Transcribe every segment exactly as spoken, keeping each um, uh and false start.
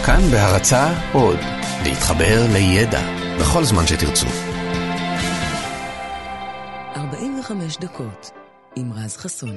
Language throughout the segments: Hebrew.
כאן בהרצאה עוד, להתחבר לידע בכל זמן שתרצו. ארבעים וחמש דקות עם רז חסון.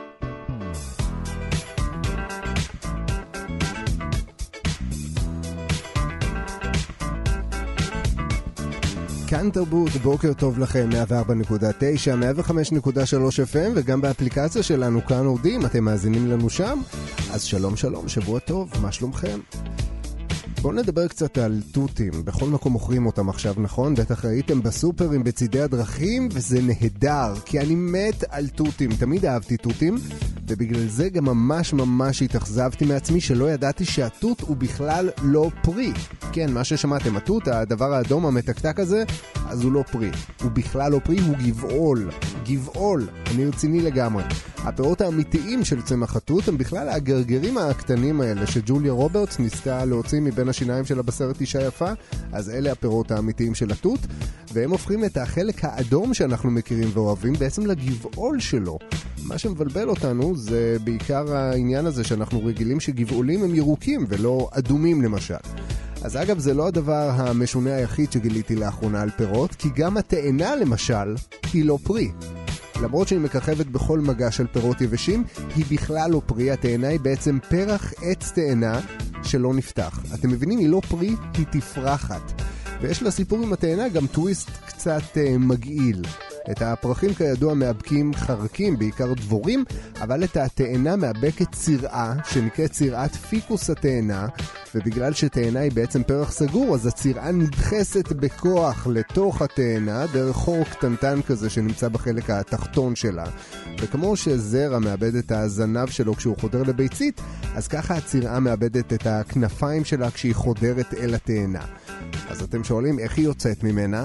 כאן תרבות, בוקר טוב לכם, מאה וארבע נקודה תשע, מאה וחמש נקודה שלוש אף אם, וגם באפליקציה שלנו כאן עובדים, אתם מאזינים לנו שם, אז שלום שלום, שבוע טוב, מה שלומכם? בואו נדבר קצת על תותים, בכל מקום מוכרים אותם עכשיו, נכון? בטח ראיתם בסופרים בצידי הדרכים, וזה נהדר, כי אני מת על תותים, תמיד אהבתי תותים, ובגלל זה גם ממש ממש התאכזבתי מעצמי שלא ידעתי שהתות הוא בכלל לא פרי. כן, מה ששמעתם, התות, הדבר האדום המתקתק הזה, אז הוא לא פרי. הוא בכלל לא פרי, הוא גבעול. גבעול, אני רציני לגמרי. הפירות האמיתיים של צמח התות הם בכלל הגרגרים הקטנים האלה שג'וליה רוברטס ניסתה להוציא מבין השיניים שלה בסרט אישה יפה, אז אלה הפירות האמיתיים של התות, והם הופכים את החלק האדום שאנחנו מכירים ואוהבים בעצם לגבעול שלו. מה שמבלבל אותנו זה בעיקר העניין הזה שאנחנו רגילים שגבעולים הם ירוקים ולא אדומים למשל. אז אגב, זה לא הדבר המשונה היחיד שגיליתי לאחרונה על פירות, כי גם התאנה למשל היא לא פרי. למרות שהיא מככבת בכל מגע של פירות יבשים, היא בכלל לא פרי. התאנה היא בעצם פרח עץ תאנה שלא נפתח. אתם מבינים? היא לא פרי, היא תפרחת. ויש לסיפור עם התאנה גם טוויסט קצת uh, מגעיל. את הפרחים כידוע מאבקים חרקים, בעיקר דבורים, אבל את התאנה מאבקת צירעה, שנקראת צירעת פיקוס התאנה, ובגלל שתאנה היא בעצם פרח סגור, אז הצירעה נדחסת בכוח לתוך התאנה, דרך חור קטנטן כזה שנמצא בחלק התחתון שלה. וכמו שזרע מאבד את הזנב שלו כשהוא חודר לביצית, אז ככה הצירעה מאבדת את הכנפיים שלה כשהיא חודרת אל התאנה. אז אתם שואלים איך היא יוצאת ממנה?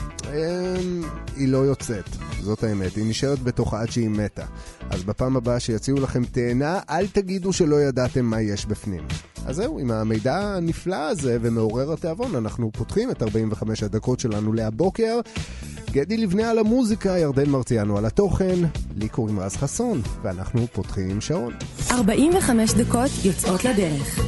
היא לא יוצאת, זאת האמת, היא נשארת בתוכה עד שהיא מתה. אז בפעם הבאה שיציעו לכם תאנה, אל תגידו שלא ידעתם מה יש בפנים. אז זהו, עם המידע הנפלא הזה ומעורר התיאבון, אנחנו פותחים את ארבעים וחמש הדקות שלנו להבוקר. גדי לבנה על המוזיקה, ירדן מרציאנו על התוכן, לי קוראים רז חסון, ואנחנו פותחים שעון. ארבעים וחמש דקות יוצאות לדרך.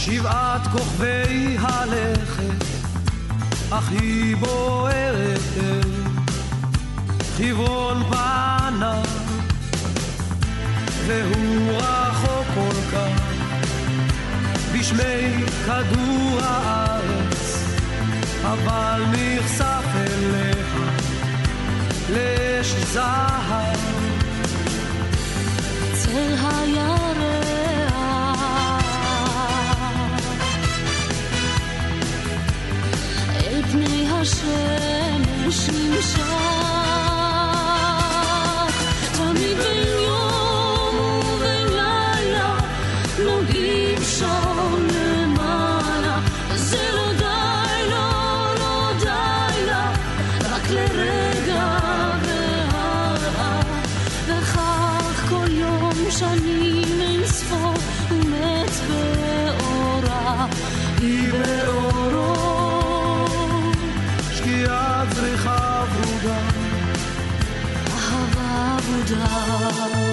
שבעת כוכבי הלכת, אך היא בוערת אל חברון פנה, והוא רחוק כל כך בשמי כדור הארץ, אבל נחשף אליך לאש זהב צל הירח, אל פני השמש נמשך, תמיד בין יום ובין לילה נוגעים שם למעלה, זה לא די, לא, לא די לה, רק לרגע והלאה, וכך כל יום שנים אין ספור ומת באורה, היא באורו שקיעת זריחה ורודה, אהבה ורודה.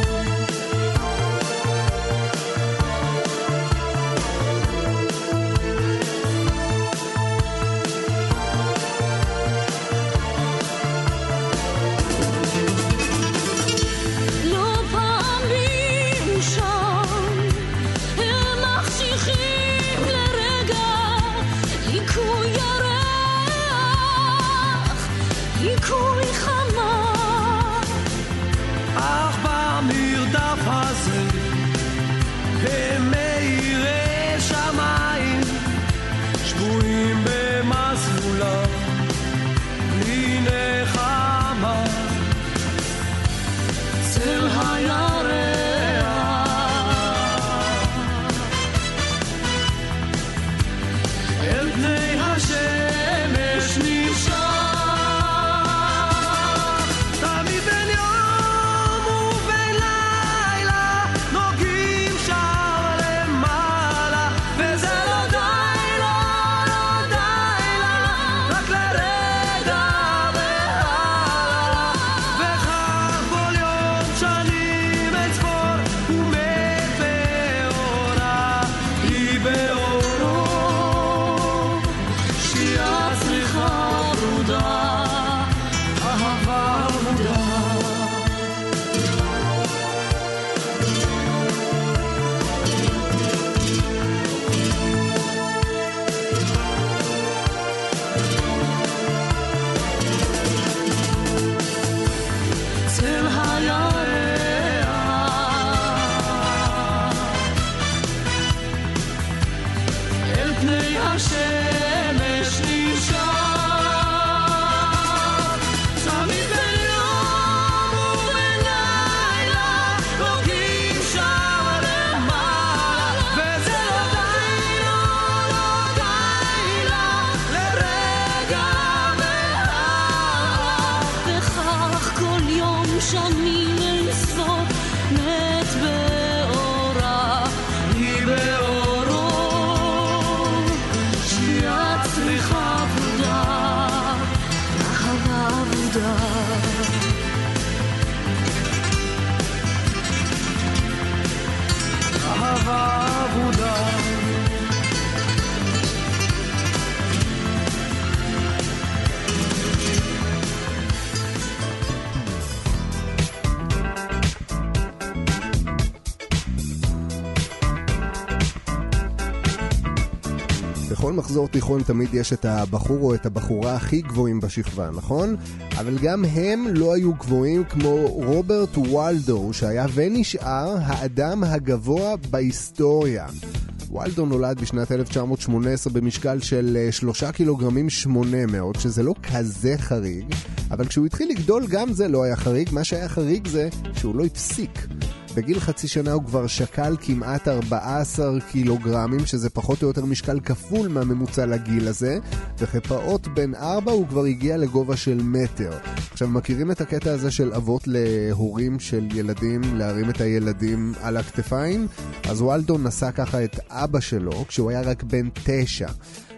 בכל מחזור תיכון תמיד יש את הבחור או את הבחורה הכי גבוהים בשכבה, נכון? אבל גם הם לא היו גבוהים כמו רוברט וולדו, שהיה ונשאר האדם הגבוה בהיסטוריה. וולדו נולד בשנת אלף תשע מאות שמונה עשרה במשקל של שלושה קילוגרמים שמונה מאות, שזה לא כזה חריג, אבל כשהוא התחיל לגדול גם זה לא היה חריג. מה שהיה חריג זה שהוא לא הפסיק. בגיל חצי שנה הוא כבר שקל כמעט ארבעה עשר קילוגרמים, שזה פחות או יותר משקל כפול מהממוצע לגיל הזה, וכפעוט בן ארבע הוא כבר הגיע לגובה של מטר. עכשיו, מכירים את הקטע הזה של אבות להורים של ילדים להרים את הילדים על הכתפיים? אז וולדו נסע ככה את אבא שלו כשהוא היה רק בן תשע.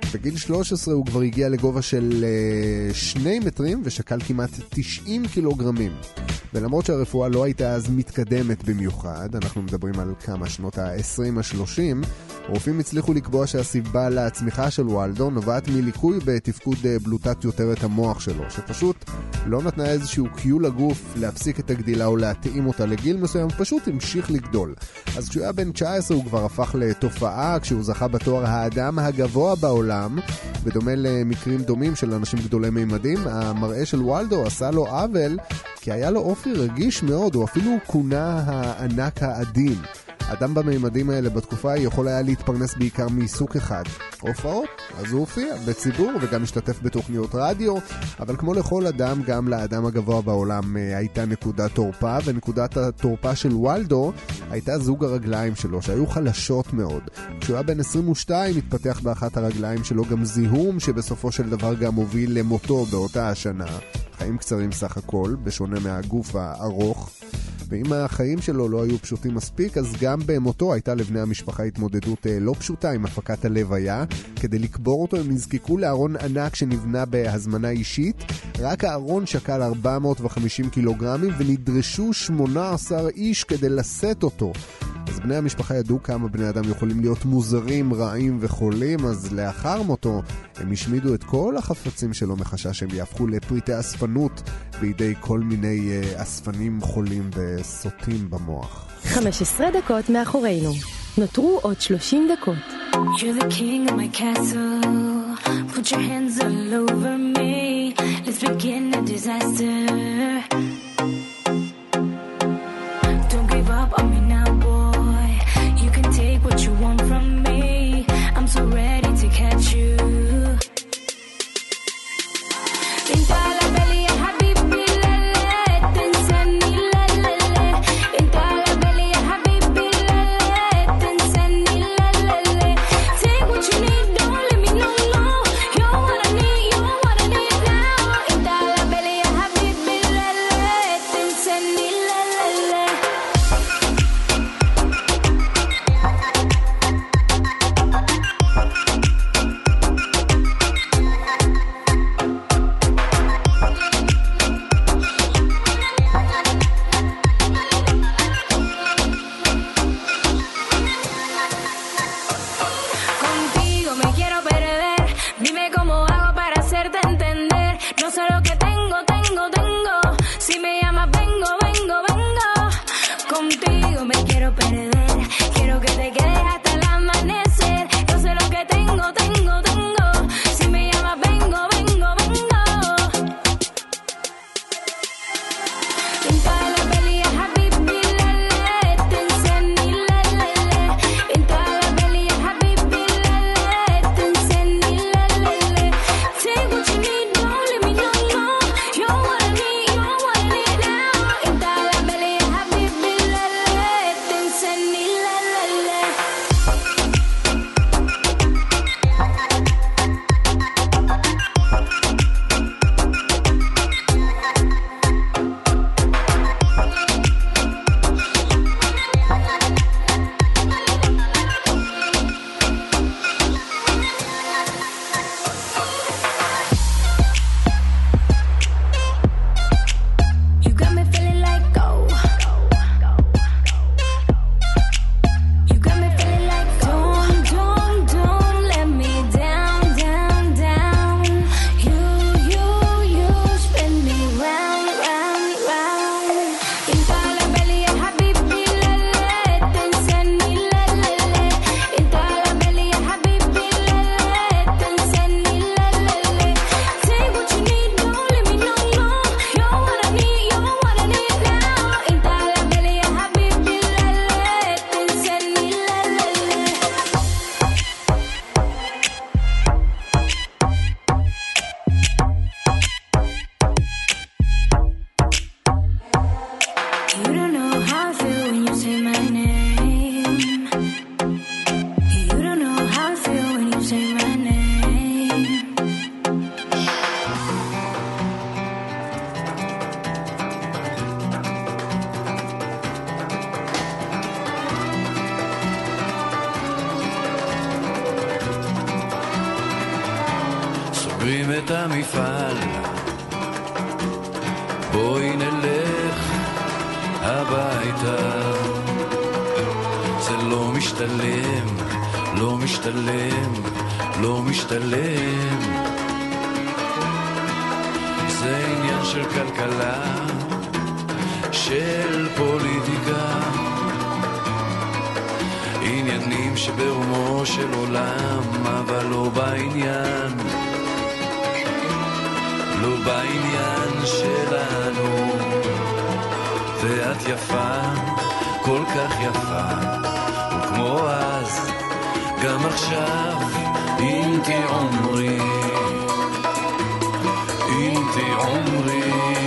בגיל שלוש עשרה הוא כבר הגיע לגובה של שני מטרים ושקל כמעט תשעים קילוגרמים. ולמרות שהרפואה לא הייתה אז מתקדמת במיוחד, אנחנו מדברים על כמה שנות ה-עשרים ה-שלושים, רופאים הצליחו לקבוע שהסיבה להצמיחה של וולדו נובעת מליקוי בתפקוד בלוטת יותרת המוח שלו, שפשוט לא נתנה איזשהו קיו לגוף להפסיק את הגדילה או להתאים אותה לגיל מסוים, פשוט המשיך לגדול. אז כשהוא היה בן תשע עשרה הוא כבר הפך לתופעה, כשהוא זכה בתואר האדם הגבוה בעולם, בדומה למקרים דומים של אנשים גדולי מימדים. המראה של וולדו עשה לו עוול, כי היה לו אופי רגיש מאוד, הוא אפילו כונה הענק העדין. אדם במימדים האלה בתקופה יכול היה להתפרנס בעיקר מעיסוק אחד, הופעות. אז הוא הופיע בציבור וגם השתתף בתוכניות רדיו, אבל כמו לכל אדם, גם לאדם הגבוה בעולם הייתה נקודת תורפה, ונקודת התורפה של וולדו הייתה זוג הרגליים שלו, שהיו חלשות מאוד. כשהוא היה בן עשרים ושתיים התפתח באחת הרגליים שלו גם זיהום, שבסופו של דבר גם הוביל למותו באותה השנה. חיים קצרים סך הכל, בשונה מהגוף הארוך. ואם החיים שלו לא היו פשוטים מספיק, אז גם במותו הייתה לבני המשפחה התמודדות לא פשוטה עם הפקת הלוויה. כדי לקבור אותו הם נזקקו לארון ענק שנבנה בהזמנה אישית. רק הארון שקל ארבע מאות וחמישים קילוגרמים, ונדרשו שמונה עשר איש כדי לשאת אותו. אז בני המשפחה ידעו כמה בני אדם יכולים להיות מוזרים, רעים וחולים, אז לאחר מותו הם השמידו את כל החפצים שלו מחשש שהם יהפכו לפריטי אספנות בידי כל מיני אספנים חולים וסוטים במוח. חמש עשרה דקות מאחורינו. נותרו עוד שלושים דקות. You're the king of my castle. Put your hands all over me. Let's begin a disaster. Don't give up on me now, boy. You can take what you want from me. I'm so ready to catch you. את המפעל, בואי נלך הביתה. זה לא משתלם, לא משתלם, לא משתלם. זה עניין של כלכלה, של פוליטיקה, עניינים שברומו של עולם, אבל לא בעניין, לא בעניין שלנו. ואת יפה, כל כך יפה, וכמו אז, גם עכשיו, אם תעומרי, אם תעומרי,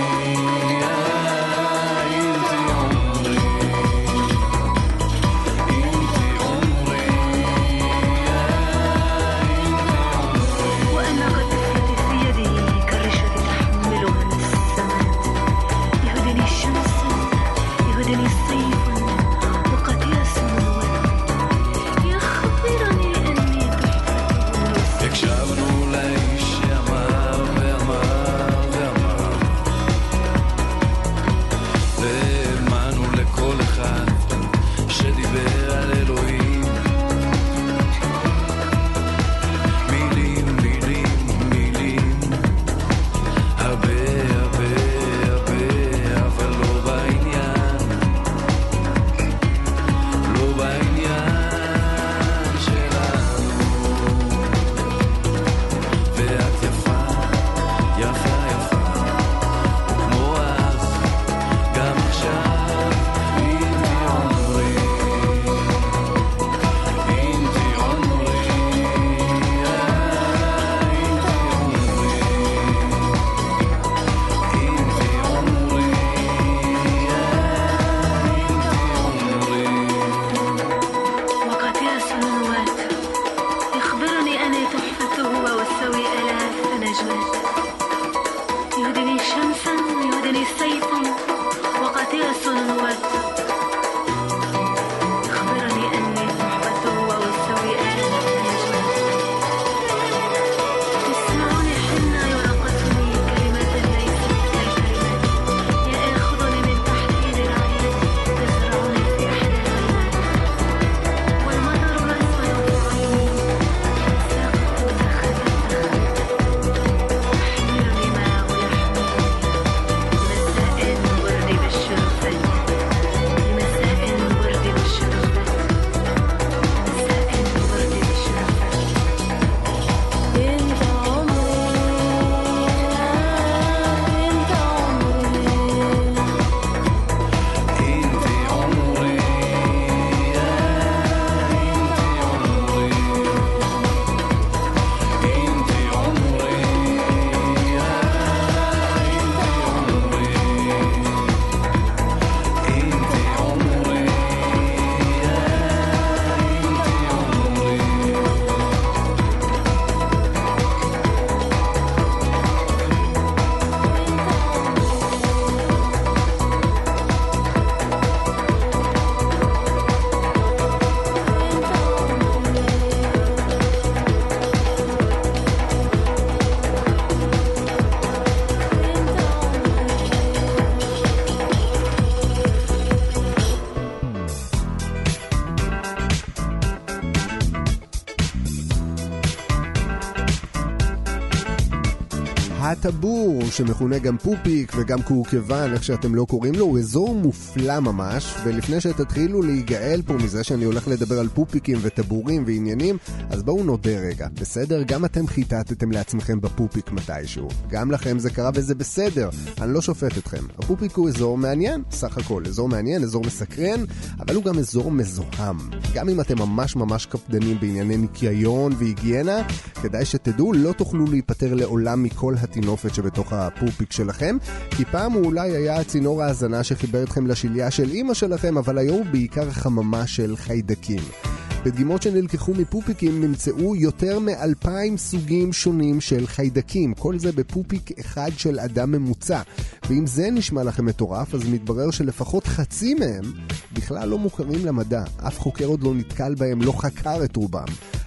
הטבור, שמכונה גם פופיק וגם קורקבן, איך שאתם לא קוראים לו, הוא אזור מופלא ממש. ולפני שתתחילו להיגאל פה מזה שאני הולך לדבר על פופיקים וטבורים ועניינים, אז בואו נודה רגע, בסדר? גם אתם חיטטתם לעצמכם בפופיק מתישהו, גם לכם זה קרה וזה בסדר, אני לא שופט אתכם. הפופיק הוא אזור מעניין, סך הכל אזור מעניין, אזור מסקרן, אבל הוא גם אזור מזוהם. גם אם אתם ממש ממש קפדנים בענייני ניקיון והיגיינה, כדאי שתדעו, לא תוכלו להיפטר לעולם מכל התינופת שבתוך הפופיק שלכם, כי פעם הוא אולי היה צינור ההזנה שחיבר אתכם לשיליה של אמא שלכם, אבל היום הוא בעיקר חממה של חיידקים. בדגימות שנלקחו מפופיקים נמצאו יותר מאלפיים סוגים שונים של חיידקים, כל זה בפופיק אחד של אדם ממוצע. ואם זה נשמע לכם מטורף, אז מתברר שלפחות חצי מהם בכלל לא מוכרים למדע. אף חוקר עוד לא נתקל בהם, לא חקר את רובם.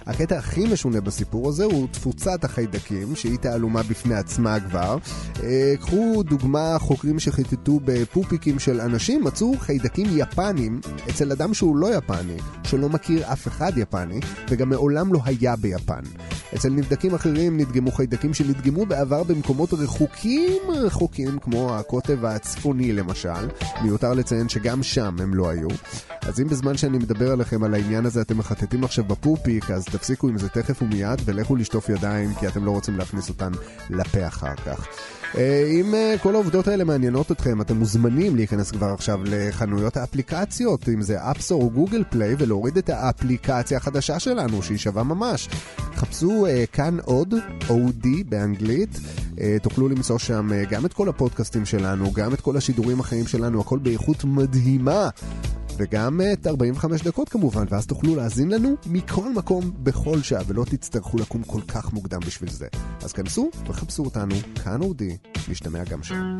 הקטע הכי משונה בסיפור הזה הוא תפוצת החיידקים, שהיא תעלומה בפני עצמה כבר. קחו דוגמה, חוקרים שחיטטו בפופיקים של אנשים, מצאו חיידקים יפנים אצל אדם שהוא לא יפני, שלא מכיר אף אחד יפני, וגם מעולם לא היה ביפן. אצל נבדקים אחרים נדגמו חיידקים שנדגמו בעבר במקומות רחוקים רחוקים, כמו הקוטב הצפוני למשל. מיותר לציין שגם שם הם לא היו. אז אם בזמן שאני מדבר עליכם על העניין הזה אתם מחטטים עכשיו בפופיק, אז תפסיקו עם זה תכף ומיד ולכו לשטוף ידיים, כי אתם לא רוצים להכניס אותן לפה אחר כך. אם כל העובדות האלה מעניינות אתכם, אתם מוזמנים להיכנס כבר עכשיו לחנויות האפליקציות, אם זה אפסטור או גוגל פליי, ולהוריד את האפליקציה החדשה שלנו, שהיא שווה ממש. חפשו כאן עוד, או די באנגלית, תוכלו למצוא שם גם את כל הפודקאסטים שלנו, גם את כל השידורים החיים שלנו, הכל באיכות מדהימה. וגם את ארבעים וחמש דקות כמובן, ואז תוכלו להזין לנו מכל מקום בכל שעה, ולא תצטרכו לקום כל כך מוקדם בשביל זה. אז כנסו וחפשו אותנו, כאן אודי, משתמע גם שם.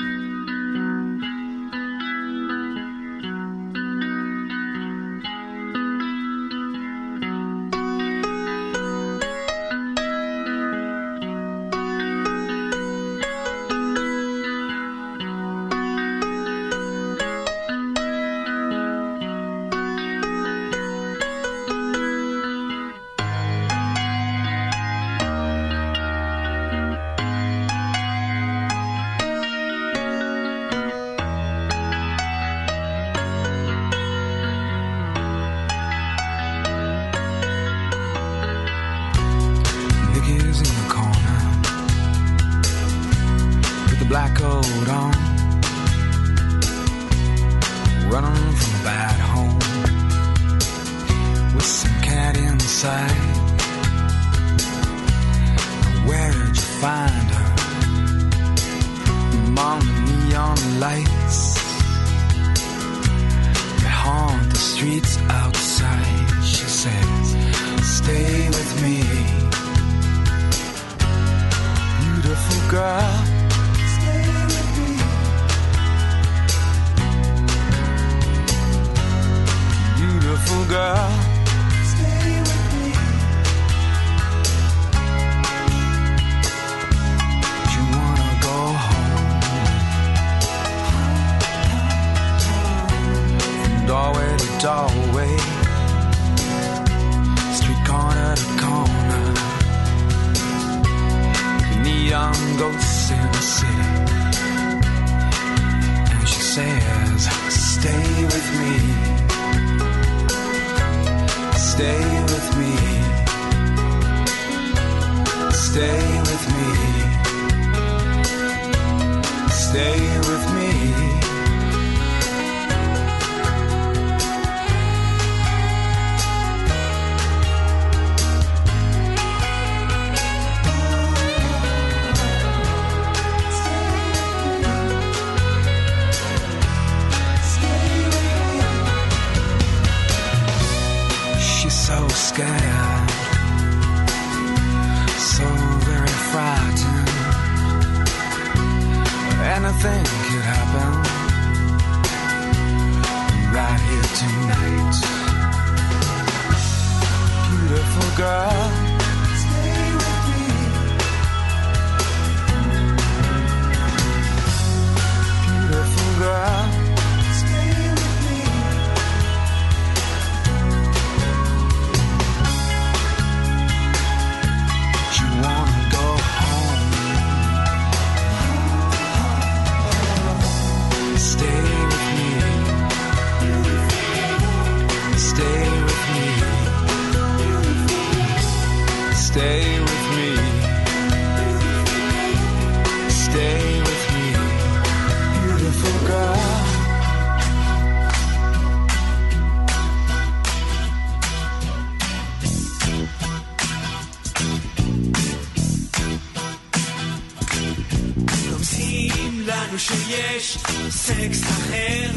שיש סקס אחר,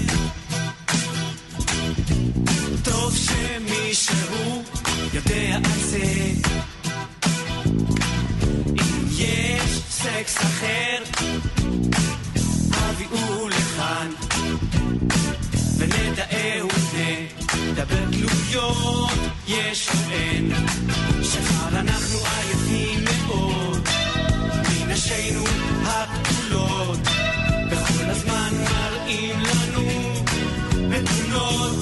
טוב שמישהו יודע על זה. אם יש סקס אחר, הביאו לכאן ונדעהו נדבר גלויות. יש יש או אין, שכבר אנחנו עייפים מאוד מנשינו הפתולות, וכל הזמן מראים לנו בתמונות.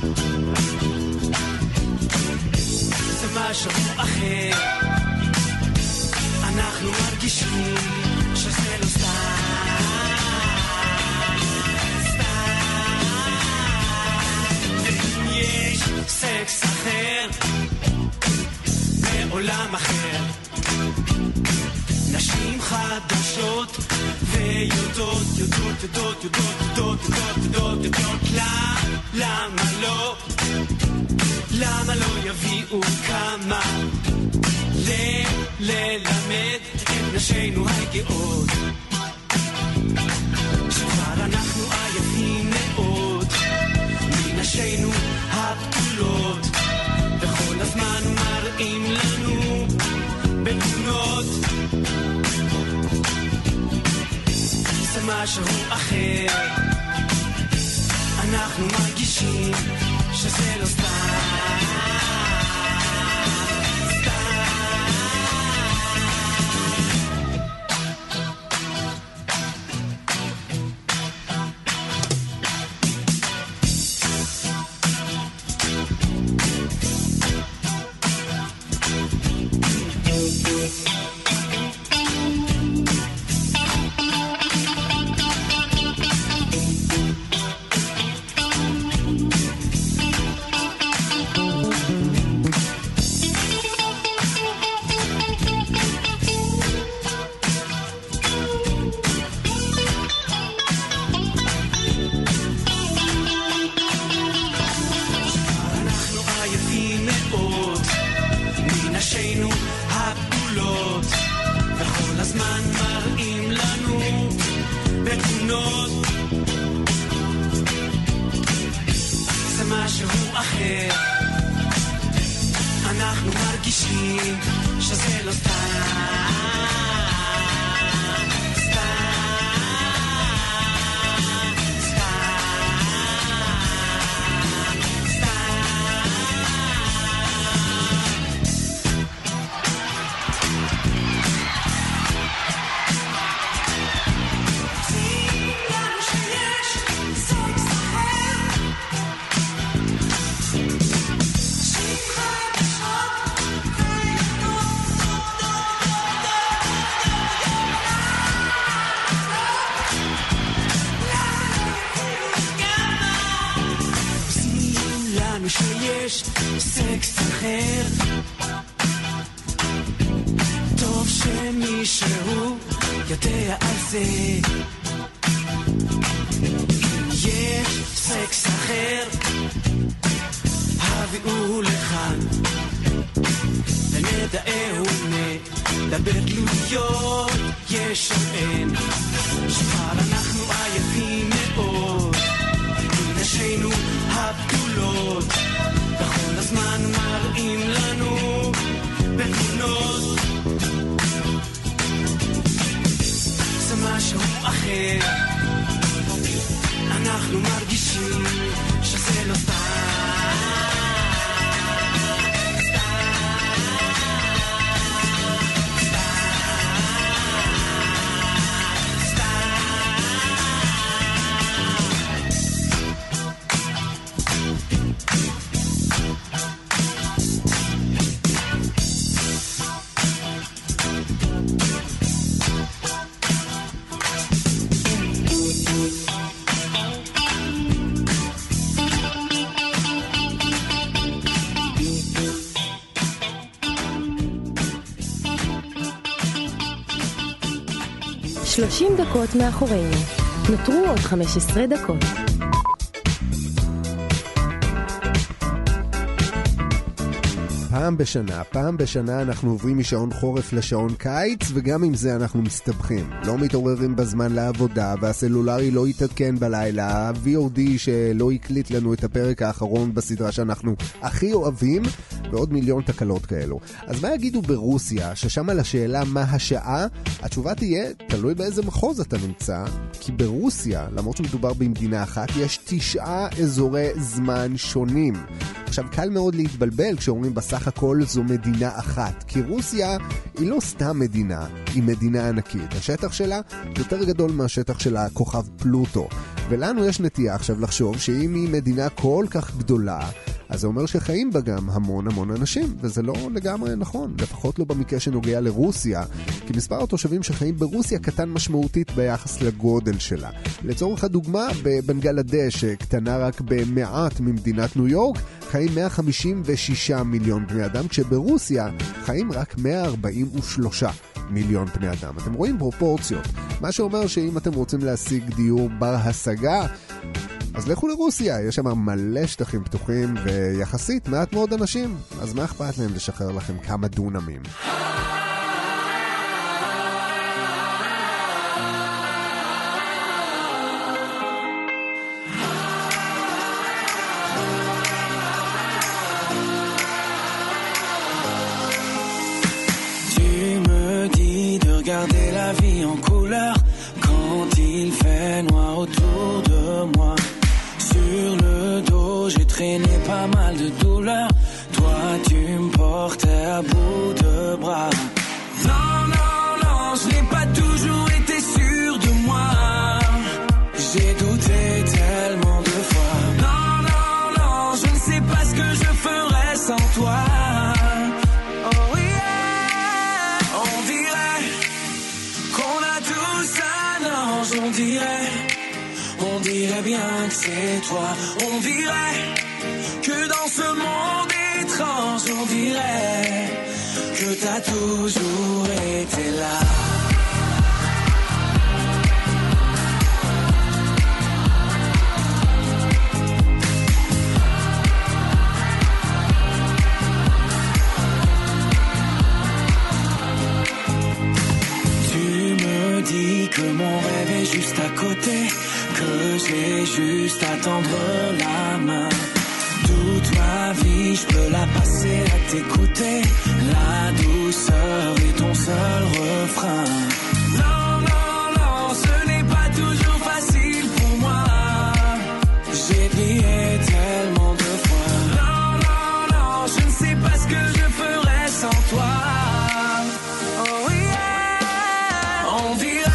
זה משהו אחר, אנחנו מרגישים שזה לא סתם, סתם. ואם יש סקס אחר בעולם אחר, נשים חדשות ויודעות, יודעות, יודעות, יודעות, יודעות, יודעות, יודעות, יודעות, למה לא, למה לא יביאו כמה ללמד את נשינו הגאות, שכבר אנחנו עייפים מאוד מנשינו הפתולות, וכל הזמן מראים לנו בתמונות. זה משהו אחר, אנחנו מרגישים שזה לא סתם. שלושים דקות מאחורינו. נותרו עוד חמש עשרה דקות. פעם בשנה, פעם בשנה אנחנו עוברים משעון חורף לשעון קיץ, וגם עם זה אנחנו מסתבכים. לא מתעוררים בזמן לעבודה, והסלולרי לא יתעדכן בלילה, ה-וי או די שלא יקליט לנו את הפרק האחרון בסדרה שאנחנו הכי אוהבים, ועוד מיליון תקלות כאלו. אז מה יגידו ברוסיה, ששם על השאלה מה השעה, התשובה תהיה, תלוי באיזה מחוז אתה נמצא, כי ברוסיה, למרות שמדובר במדינה אחת, יש תשעה אזורי זמן שונים. עכשיו, קל מאוד להתבלבל כשאומרים בסך הכל זו מדינה אחת, כי רוסיה היא לא סתם מדינה, היא מדינה ענקית. השטח שלה יותר גדול מהשטח של הכוכב פלוטו, ולנו יש נטייה עכשיו לחשוב שאם היא מדינה כל כך גדולה, אז זה אומר שחיים בה גם המון המון אנשים, וזה לא לגמרי נכון, לפחות לא במקרה שנוגע לרוסיה, כי מספר התושבים שחיים ברוסיה קטן משמעותית ביחס לגודל שלה. לצורך הדוגמה, בבנגלדש, קטנה רק במעט ממדינת ניו יורק, חיים מאה חמישים ושישה מיליון בני אדם, כשברוסיה חיים רק מאה ארבעים ושלושה מיליון בני אדם. אתם רואים פרופורציות, מה שאומר שאם אתם רוצים להשיג דיור בר השגה, אז לכו לרוסיה, יש שם מלא שטחים פתוחים ויחסית מעט מאוד אנשים, אז מה אכפת להם לשחרר לכם כמה דונמים? Regarder la vie en couleur quand il fait noir autour de moi. Sur le dos, j'ai traîné pas mal de douleurs. Toi, tu me portais à bout de bras. Non, non, non, je n'ai pas toujours été sûr de moi. J'ai douté tellement de fois. Non, non, non, je ne sais pas ce que je ferais sans toi. On dirait, on dirait bien que c'est toi. On dirait que dans ce monde étrange, on dirait que t'as toujours été là. Que mon rêve est juste à côté, que j'ai juste à tendre la main. Toute ma vie, je peux la passer à t'écouter. La douceur est ton seul refrain. Non, non, non, ce n'est pas toujours facile pour moi. J'ai prié tellement de fois. Non, non, non, je ne sais pas ce que je ferais sans toi. Oh yeah, on dirait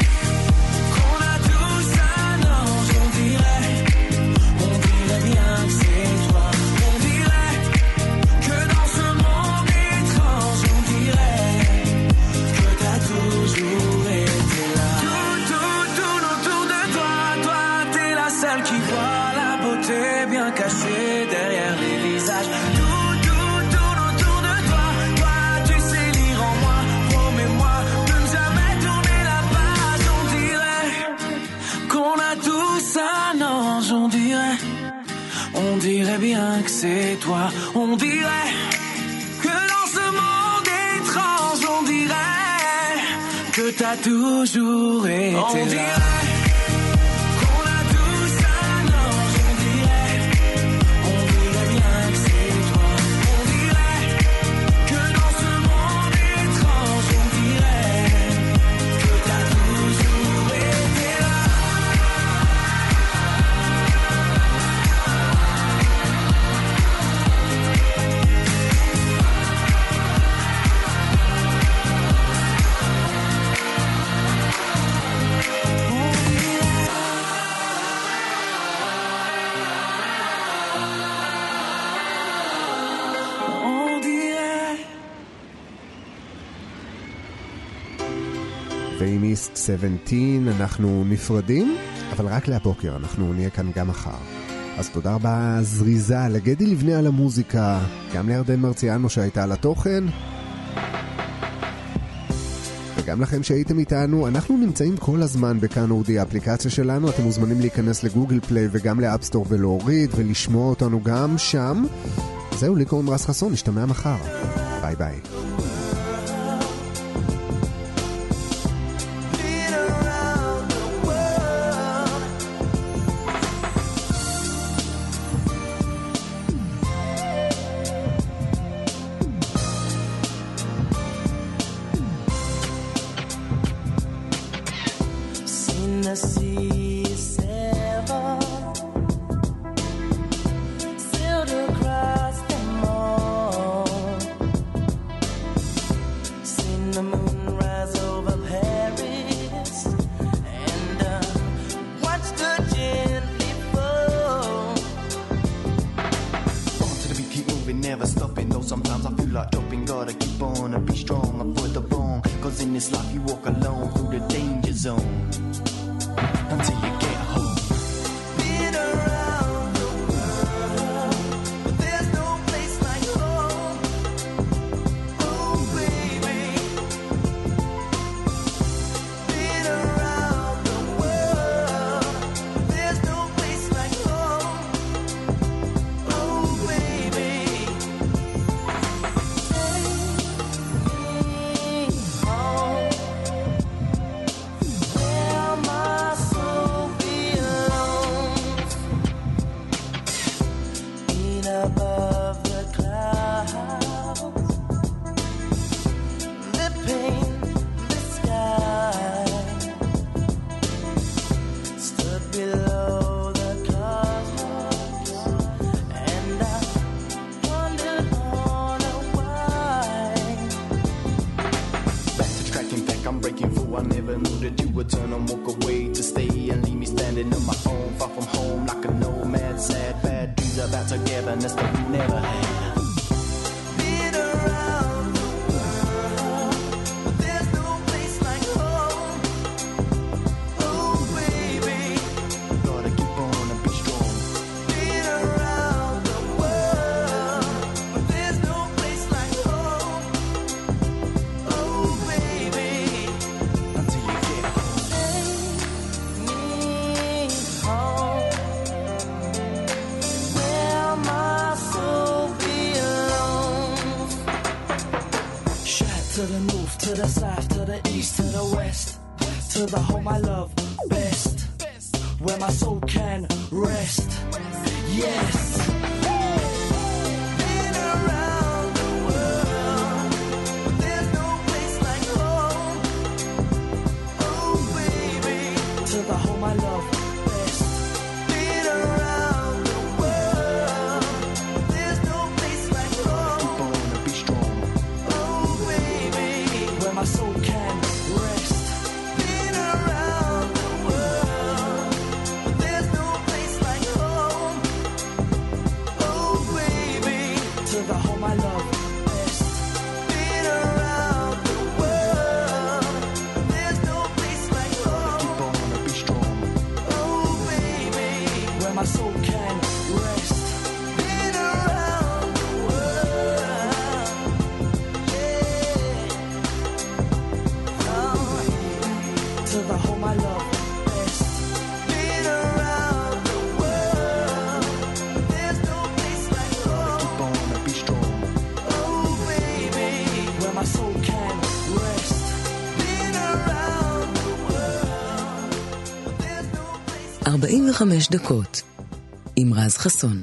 derrière les visages. Tout, tout, tout autour de toi. Toi, tu sais lire en moi. Promets-moi de ne jamais tourner la page. On dirait qu'on a tous un ange. On dirait, on dirait bien que c'est toi. On dirait que dans ce monde étrange, on dirait que t'as toujours été on là. Dirait ועם איסט שבע עשרה אנחנו נפרדים, אבל רק להבוקר, אנחנו נהיה כאן גם מחר. אז תודה רבה זריזה לגדי לבנה על המוזיקה, גם לירדן מרציאנו שהייתה על התוכן, וגם לכם שהייתם איתנו. אנחנו נמצאים כל הזמן בכאן אודי, האפליקציה שלנו. אתם מוזמנים להיכנס לגוגל פליי וגם לאפסטור ולהוריד ולשמוע אותנו גם שם. זהו, לי קוראים רז חסון, נשתמע מחר. ביי ביי. ארבעים וחמש דקות עם רז חסון.